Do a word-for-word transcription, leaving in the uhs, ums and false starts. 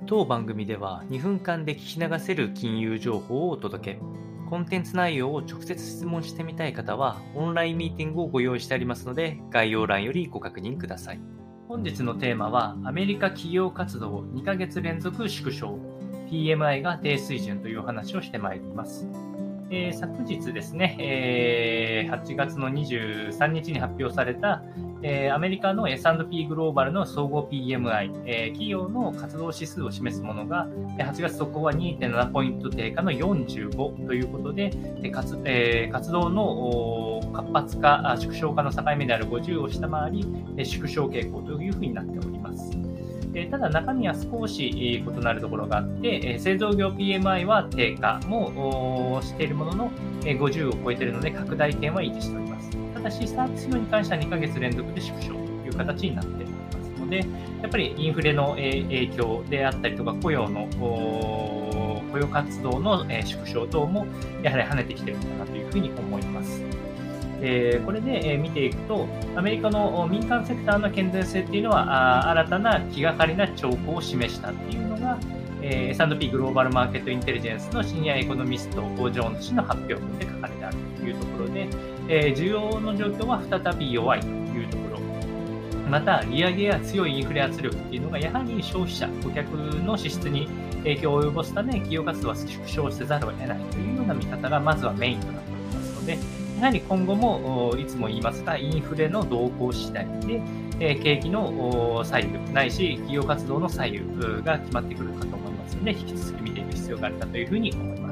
当番組ではにふんかんで聞き流せる金融情報をお届け。コンテンツ内容を直接質問してみたい方はオンラインミーティングをご用意してありますので、概要欄よりご確認ください。本日のテーマはアメリカ企業活動にかげつ連続縮小、ピーエムアイ が低水準という話をしてまいります。えー、昨日ですね、えー、はちがつのにじゅうさんにちに発表された、えー、アメリカの エスアンドピー グローバルの総合 ピーエムアイ、えー、企業の活動指数を示すものが、はちがつ速報は にてんなな ポイント低下のよんじゅうごということで、活えー、活動の活発化、縮小化の境目であるごじゅうを下回り、縮小傾向というふうになっております。ただ中身は少し異なるところがあって、製造業 ピーエムアイ は低下もしているもののごじゅうを超えているので拡大点は維持しております。ただしサービス業に関してはにかげつ連続で縮小という形になっておりますので、やっぱりインフレの影響であったりとか雇用の雇用活動の縮小等もやはり跳ねてきているのかなというふうに思います。えー、これで、えー、見ていくと、アメリカの民間セクターの健全性っていうのは、あ新たな気がかりな兆候を示したっていうのが、えー、エスアンドピー グローバルマーケットインテリジェンスのシニアエコノミスト、ジョーンズ氏の発表文で書かれてあるというところで、えー、需要の状況は再び弱いというところ。また、利上げや強いインフレ圧力っていうのが、やはり消費者、顧客の支出に影響を及ぼすため、企業活動は縮小せざるを得ないというような見方が、まずはメインとなっておりますので、やはり今後もいつも言いますが、インフレの動向次第で、え景気の左右ないし企業活動の左右が決まってくるかと思いますので、引き続き見ていく必要があるかというふうに思います。